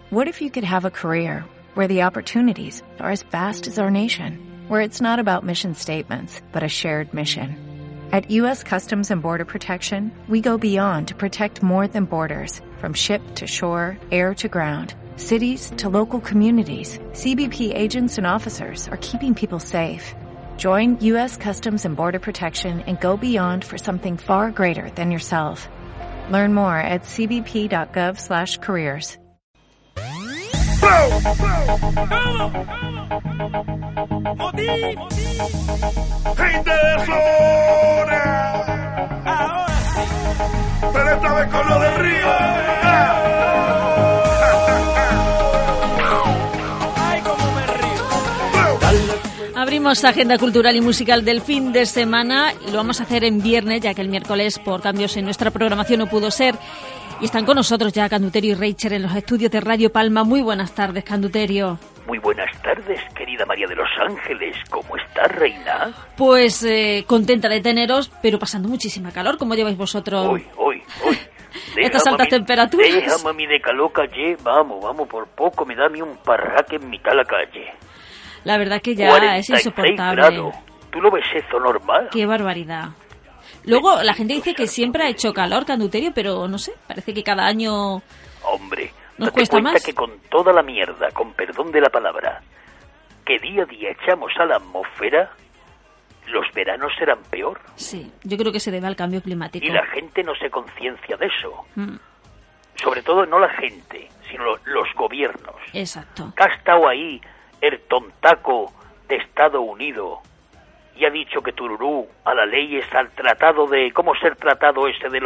What if you could have a career where the opportunities are as vast as our nation, where it's not about mission statements, but a shared mission? At U.S. Customs and Border Protection, we go beyond to protect more than borders, from ship to shore, air to ground, cities to local communities. CBP agents and officers are keeping people safe. Join U.S. Customs and Border Protection and go beyond for something far greater than yourself. Learn more at cbp.gov/careers. Gente de zona, ahora sí, pero esta vez con lo de Río. Ay, cómo me río. Abrimos agenda cultural y musical del fin de semana y lo vamos a hacer en viernes, ya que el miércoles por cambios en nuestra programación no pudo ser. Y están con nosotros ya Canduterio y Reicher en los estudios de Radio Palma. Muy buenas tardes, Canduterio. Muy buenas tardes, querida María de los Ángeles. ¿Cómo estás, reina? Pues contenta de teneros, pero pasando muchísima calor. ¿Cómo lleváis vosotros? Hoy. Estas altas temperaturas. Déjame a mí de calor calle. Vamos, por poco me da a mí un parraque en mitad de la calle. La verdad que ya 46 es insoportable. Grados. ¿Tú lo ves eso normal? Qué barbaridad. Luego la gente dice que siempre ha hecho calor, Canduterio, pero no sé, parece que cada año... Hombre, ¿nos ¿no te cuesta cuenta más? que con toda la mierda, con perdón de la palabra, que día a día echamos a la atmósfera, los veranos serán peor? Sí, yo creo que se debe al cambio climático. Y la gente no se conciencia de eso. Sobre todo no la gente, sino los gobiernos. Exacto. Que ha estado ahí el tontaco de Estados Unidos y ha dicho que tururú a la ley es al tratado de... ¿Cómo ser tratado ese de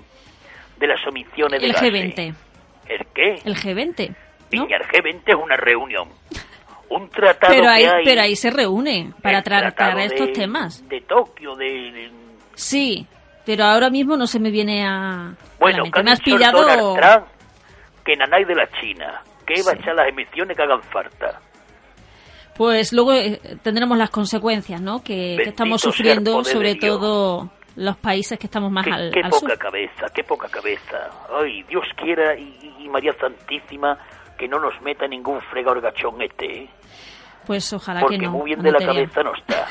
las emisiones de El gases? G20. ¿El qué? El G20, ¿no? Y el G20 es una reunión. Un tratado Pero que ahí se reúne para el tratar tratado estos temas. De Tokio, Sí, pero ahora mismo no se me viene a Bueno, la mente. que Me ha has dicho el pillado... Donald Trump que nanay de la China, que va a Sí. echar las emisiones que hagan falta. Pues luego tendremos las consecuencias, ¿no? Que estamos Bendito sea el sufriendo, poder de sobre Dios. todo los países que estamos más Qué al poca sur. cabeza, qué poca cabeza. Ay, Dios quiera y María Santísima que no nos meta ningún frega orgachón ¿eh? Pues ojalá Porque que no. muy bien de la Canduterio. cabeza no está.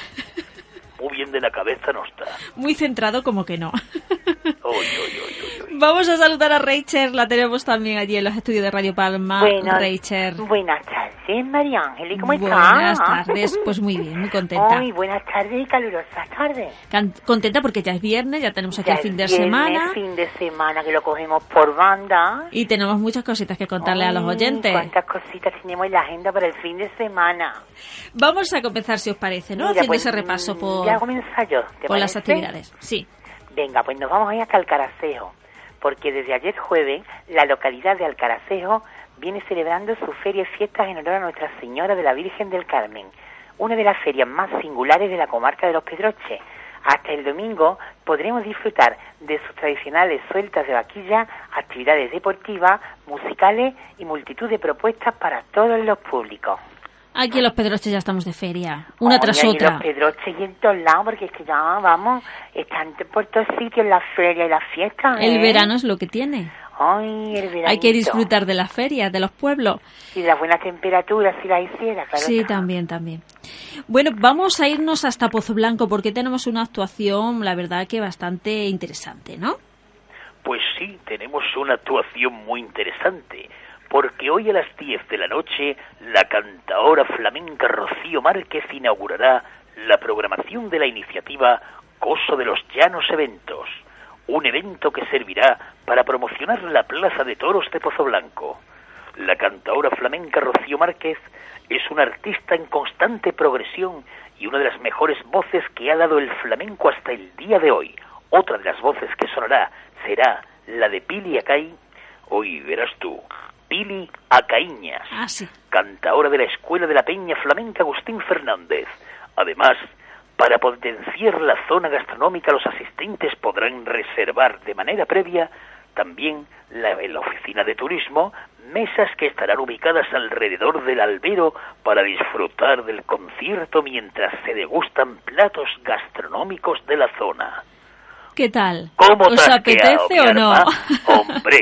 Muy bien de la cabeza no está. Muy centrado como que no. Oy. Vamos a saludar a Reicher, la tenemos también allí en los estudios de Radio Palma. Reicher. Buenas tardes, María Ángel, ¿cómo estás? Buenas tardes, pues muy bien, muy contenta. Ay, buenas tardes y calurosas tardes. Contenta porque ya es viernes, ya tenemos aquí Ya el fin de es viernes, semana fin de semana que lo cogemos por banda. y tenemos muchas cositas que contarle a los oyentes. Cuántas cositas tenemos en la agenda para el fin de semana. Vamos a comenzar, si os parece, ¿no? Mira, Haciendo pues, ese repaso por Ya comienza yo, ¿te las parece? actividades. Sí. Venga, pues nos vamos a ir hasta Alcaracejo, porque desde ayer jueves la localidad de Alcaracejo viene celebrando su feria y fiestas en honor a Nuestra Señora de la Virgen del Carmen, una de las ferias más singulares de la comarca de Los Pedroches. Hasta el domingo podremos disfrutar de sus tradicionales sueltas de vaquilla, actividades deportivas, musicales y multitud de propuestas para todos los públicos. Aquí en Los Pedroches ya estamos de feria, una Oye, tras y otra. Los Pedroches y en todos lados, porque es que ya, vamos, están por todos sitios las ferias y las fiestas. El verano es lo que tiene. Ay, el verano. Hay que disfrutar de las ferias, de los pueblos. Y de las buenas temperaturas, si las hiciera, claro. Sí, está. también. Bueno, vamos a irnos hasta Pozo Blanco porque tenemos una actuación, la verdad, que bastante interesante, ¿no? Pues sí, tenemos una actuación muy interesante, porque hoy a las 10 de la noche la cantaora flamenca Rocío Márquez inaugurará la programación de la iniciativa Coso de los Llanos Eventos, un evento que servirá para promocionar la Plaza de Toros de Pozo Blanco. La cantaora flamenca Rocío Márquez es una artista en constante progresión y una de las mejores voces que ha dado el flamenco hasta el día de hoy. Otra de las voces que sonará será la de Pili Acay. Hoy verás tú, Pili Acaíñas, Sí. cantaora de la Escuela de la Peña Flamenca Agustín Fernández. Además, para potenciar la zona gastronómica, los asistentes podrán reservar de manera previa también en la oficina de turismo mesas que estarán ubicadas alrededor del albero para disfrutar del concierto mientras se degustan platos gastronómicos de la zona. ¿Qué tal? ¿Cómo ¿Os te has apetece quedado, o mi no? arma? Hombre,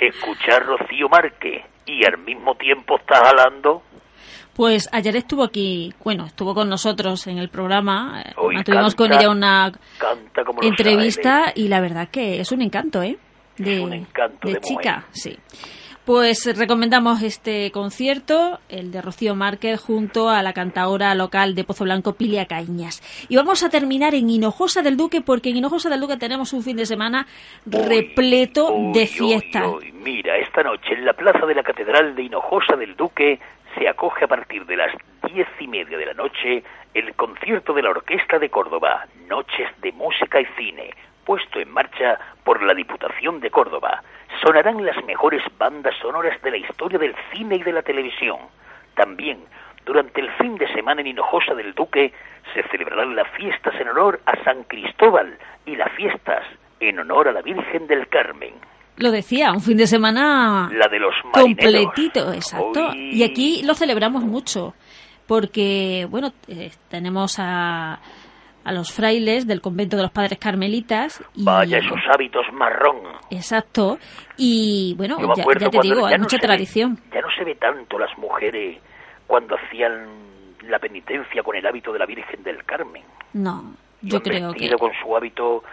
escuchar Rocío Márquez y al mismo tiempo estás jalando. Pues ayer estuvo aquí, estuvo con nosotros en el programa. Hoy tuvimos canta, con ella una como entrevista y la verdad que es un encanto, ¿eh? Es un encanto de chica, sí. Pues recomendamos este concierto, el de Rocío Márquez, junto a la cantaora local de Pozo Blanco, Pilia Caíñas. Y vamos a terminar en Hinojosa del Duque, porque en Hinojosa del Duque tenemos un fin de semana repleto de fiesta. Mira, esta noche en la plaza de la Catedral de Hinojosa del Duque se acoge a partir de las 10:30 de la noche el concierto de la Orquesta de Córdoba, Noches de Música y Cine, puesto en marcha por la Diputación de Córdoba. Sonarán las mejores bandas sonoras de la historia del cine y de la televisión. También, durante el fin de semana en Hinojosa del Duque, se celebrarán las fiestas en honor a San Cristóbal y las fiestas en honor a la Virgen del Carmen. Lo decía, un fin de semana la de los marineros. Completito, exacto. Hoy... Y aquí lo celebramos mucho, porque, tenemos a los frailes del convento de los padres carmelitas. Y... Vaya, esos hábitos marrón. Exacto. Y, ya te digo, hay mucha tradición. Ya no se ve tanto las mujeres cuando hacían la penitencia con el hábito de la Virgen del Carmen. No, yo creo que... con su hábito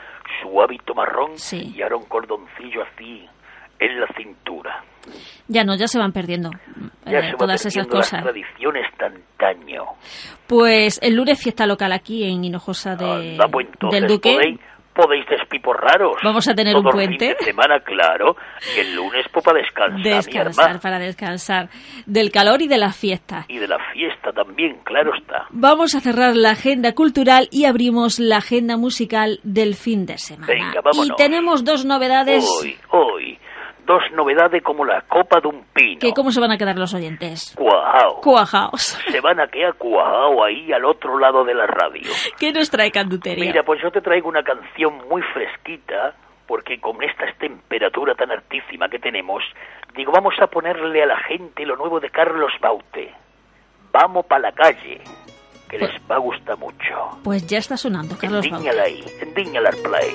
marrón, sí. Y ahora un cordoncillo así en la cintura. Ya se van perdiendo todas esas cosas. Las tradiciones de antaño. Pues el lunes fiesta local aquí en Hinojosa del Duque. Podéis despiporraros. Vamos a tener todo un puente. El fin de semana, claro, y el lunes para descansar. Para descansar del calor y de las fiestas. Y de la fiesta también, claro está. Vamos a cerrar la agenda cultural y abrimos la agenda musical del fin de semana. Venga, vámonos. Y tenemos dos novedades. Hoy. Dos novedades como la copa de un pino. ¿Cómo se van a quedar los oyentes? Cuajaos. Se van a quedar cuajaos ahí al otro lado de la radio. ¿Qué nos trae Canduteria? Mira, pues yo te traigo una canción muy fresquita, porque con estas temperaturas tan altísimas que tenemos, digo, vamos a ponerle a la gente lo nuevo de Carlos Baute. Vamos pa' la calle, que les va a gustar mucho. Pues ya está sonando, Carlos Baute. Endíñala al play.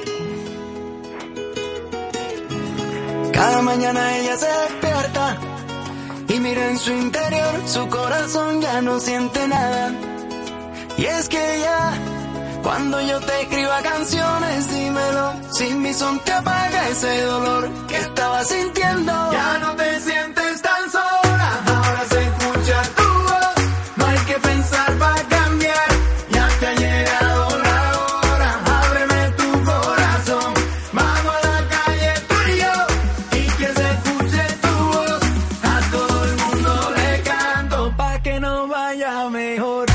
Cada mañana ella se despierta y mira en su interior, su corazón ya no siente nada. Y es que ya, cuando yo te escriba canciones, dímelo, sin mi son te apaga ese dolor que estaba sintiendo. Ya no te sientes tan sola, ahora se escucha tu voz, no hay que pensar para cambiar, ya te ha llegado la hora, ábreme tu corazón, vamos a la calle tú y yo, y que se escuche tu voz, a todo el mundo le canto, pa' que nos vaya mejor.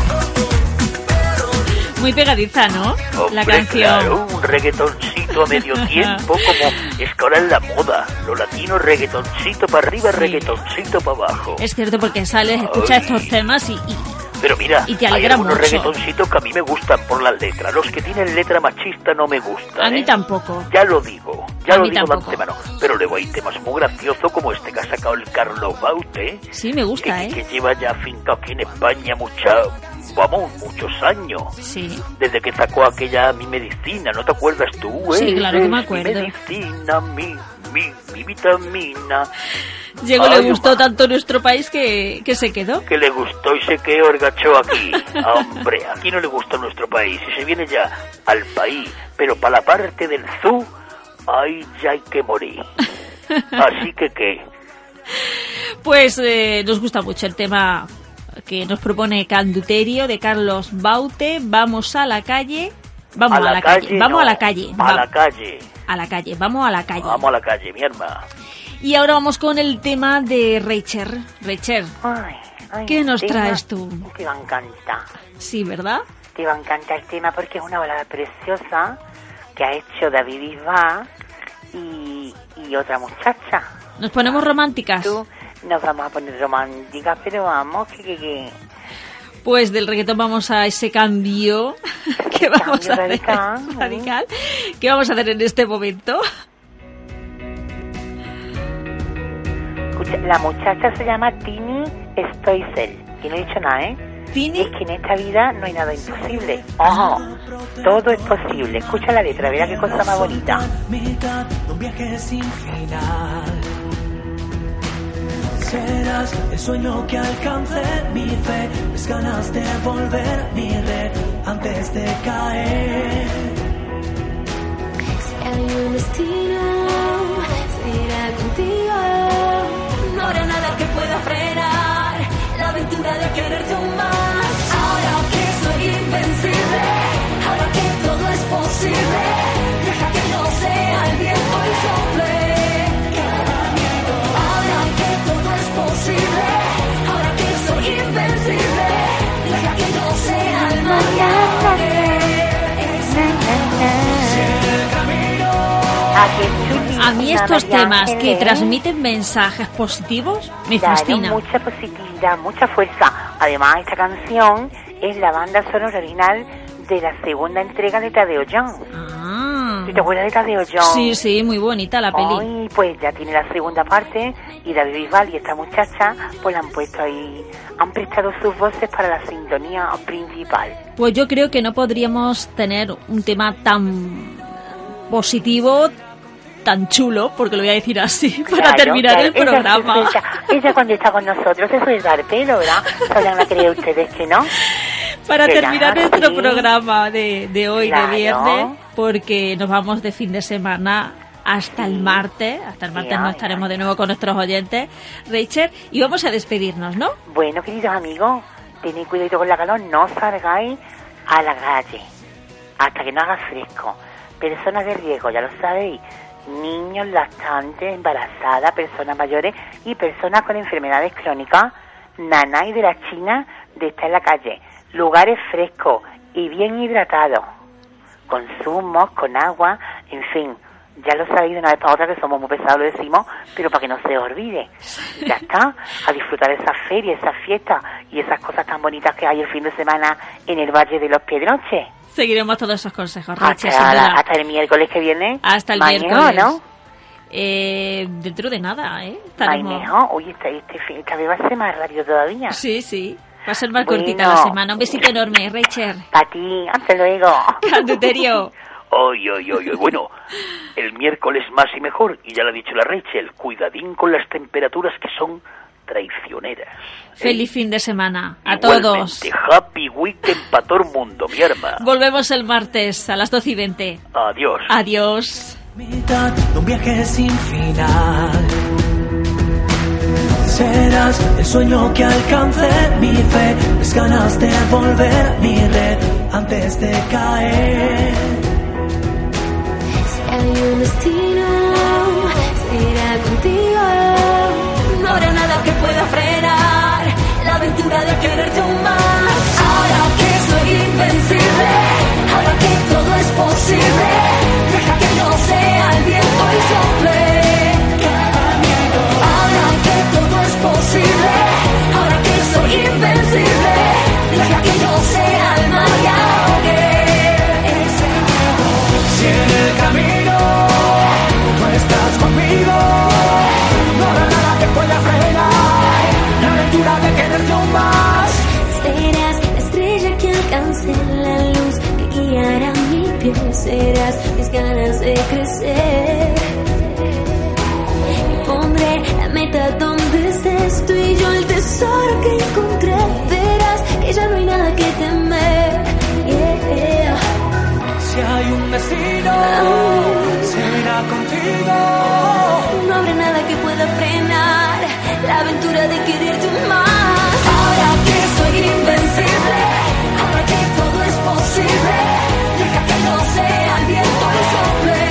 Muy pegadiza, ¿no? Hombre, la canción. Claro, un reggaetoncito a medio tiempo, como es que ahora es la moda. Lo latino, reggaetoncito para arriba, sí. Reggaetoncito para abajo. Es cierto, porque sales, escuchas estos temas y pero mira, y te hay alegra algunos mucho. Reggaetoncitos que a mí me gustan por las letras. Los que tienen letra machista no me gustan. A mí tampoco. Ya lo digo de antemano. Pero luego hay temas muy graciosos como este que ha sacado el Carlos Baute. Sí, me gusta, que lleva ya finca aquí en España muchos años. Sí. Desde que sacó aquella Mi Medicina, ¿no te acuerdas tú? Sí, claro que me acuerdo. Mi medicina, mi vitamina. Le gustó tanto nuestro país que se quedó. Que le gustó y se quedó el gacho aquí. Hombre, aquí no le gustó nuestro país. Y se viene ya al país, pero para la parte del sur, ahí ya hay que morir. Así que, ¿qué? Pues nos gusta mucho el tema que nos propone Canduterio de Carlos Baute. Vamos a la calle. Vamos a la calle. Vamos a la calle. A la calle. A la calle. Vamos a la calle. Vamos a la calle, mi hermana. Y ahora vamos con el tema de Rachel. Ay, ¿qué nos traes tú? Te va a encantar. Sí, ¿verdad? Te va a encantar el tema porque es una balada preciosa que ha hecho David Bisbal y otra muchacha. ¿Nos ponemos románticas? Nos vamos a poner románticas, pero vamos, que... Pues del reggaetón vamos a ese cambio que vamos a hacer radical. ¿Qué vamos a hacer en este momento? Escucha, la muchacha se llama Tini Stoessel, que no he dicho nada, ¿eh? ¿Tini? Es que en esta vida no hay nada imposible. ¡Ojo! Todo es posible. Escucha la letra, verá qué cosa más bonita. Un viaje sin final. Serás el sueño que alcance mi fe, mis ganas de volver mi red antes de caer. Si hay un destino, será contigo. No habrá nada que pueda frenar la aventura de quererte aún más. Ahora que soy invencible, ahora que todo es posible, deja que no sea el viento y sople. Ahora que todo es posible, ahora que soy invencible, deja que no sea el mañana. A mí estos temas que transmiten mensajes positivos me fascinan. Mucha positividad, mucha fuerza. Además, esta canción es la banda sonora original de la segunda entrega de Tadeo Jones. ¿Te acuerdas de Tadeo Jones? Sí, sí, muy bonita la peli. Hoy, pues ya tiene la segunda parte y David Bisbal y esta muchacha pues la han puesto ahí, han prestado sus voces para la sintonía principal. Pues yo creo que no podríamos tener un tema tan positivo, tan chulo, porque lo voy a decir así, para terminar el programa. Ella cuando está con nosotros, eso es dar pelo, ¿verdad? ¿Solo me creen ustedes que no? Para terminar nuestro programa de hoy, de viernes, porque nos vamos de fin de semana hasta el martes. Hasta el martes no estaremos de nuevo con nuestros oyentes, Rachel, y vamos a despedirnos, ¿no? Bueno, queridos amigos, tened cuidado con la calor, no salgáis a la calle hasta que no haga fresco. Personas de riesgo, ya lo sabéis, niños, lactantes, embarazadas, personas mayores y personas con enfermedades crónicas, nanay de la China de estar en la calle. Lugares frescos y bien hidratados, consumos, con agua, en fin, ya lo sabéis de una vez para otra que somos muy pesados, lo decimos, pero para que no se os olvide. Ya está, a disfrutar de esas ferias, esas fiestas y esas cosas tan bonitas que hay el fin de semana en el Valle de los Pedroches. Seguiremos todos esos consejos, Rachel. Hasta el miércoles que viene. Hasta el miércoles, ¿no? Dentro de nada, estaremos... Oye, esta vez va a ser más rápido todavía. Sí, sí. Va a ser más cortita la semana. Un besito enorme, Rachel. A ti, hasta luego. Canduterio. Oy. Bueno, el miércoles más y mejor, y ya lo ha dicho la Rachel, cuidadín con las temperaturas que son traicioneras. Feliz fin de semana a igualmente, todos. Happy weekend para todo el mundo, mi arma. Volvemos el martes a las 12:20. Adiós. Adiós. Mitad de un viaje sin final. Serás el sueño que alcance mi fe, mis ganas de volver mi red antes de caer. Si hay un destino, será contigo. No habrá nada que pueda frenar la aventura de quererte aún más. Ahora que soy invencible, ahora que todo es posible, deja que no sea el viento y sople. Posible, ahora que soy invencible, deja que no sea el mar y ahogue ese miedo. Si en el camino tú estás conmigo, no habrá nada que pueda frenar la aventura de quererte aún más. Serás la estrella que alcance la luz que guiará mi pie, serás mis ganas de crecer. Pondré la meta donde estés, tú y yo el tesoro que encontré. Verás que ya no hay nada que temer. Yeah. Si hay un destino, será contigo. No habrá nada que pueda frenar la aventura de quererte más. Ahora que soy invencible, ahora que todo es posible, deja que no sea el viento que sople.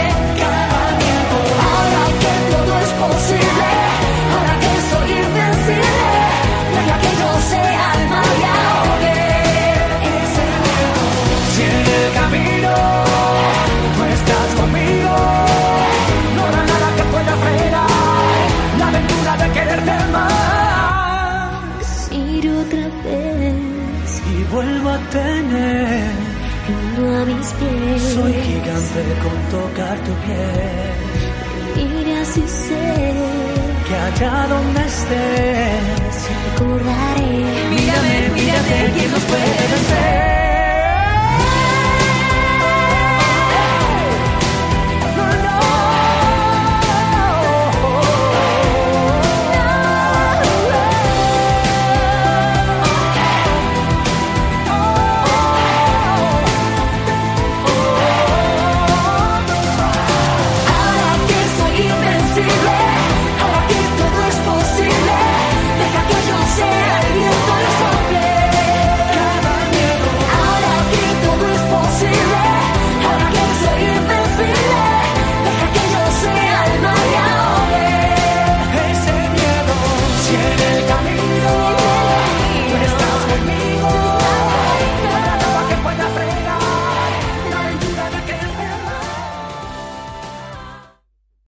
Posible, ahora que soy invencible, deja que no sea el mar y ahogue ese miedo. Si en el camino tú estás conmigo, no habrá nada que pueda frenar la aventura de quererte más. Ir otra vez y vuelvo a tener el mundo a mis pies. Soy gigante con tocar tu piel. Iré así sé que allá donde estés recordaré. Mírame, ¿quién nos puede vencer?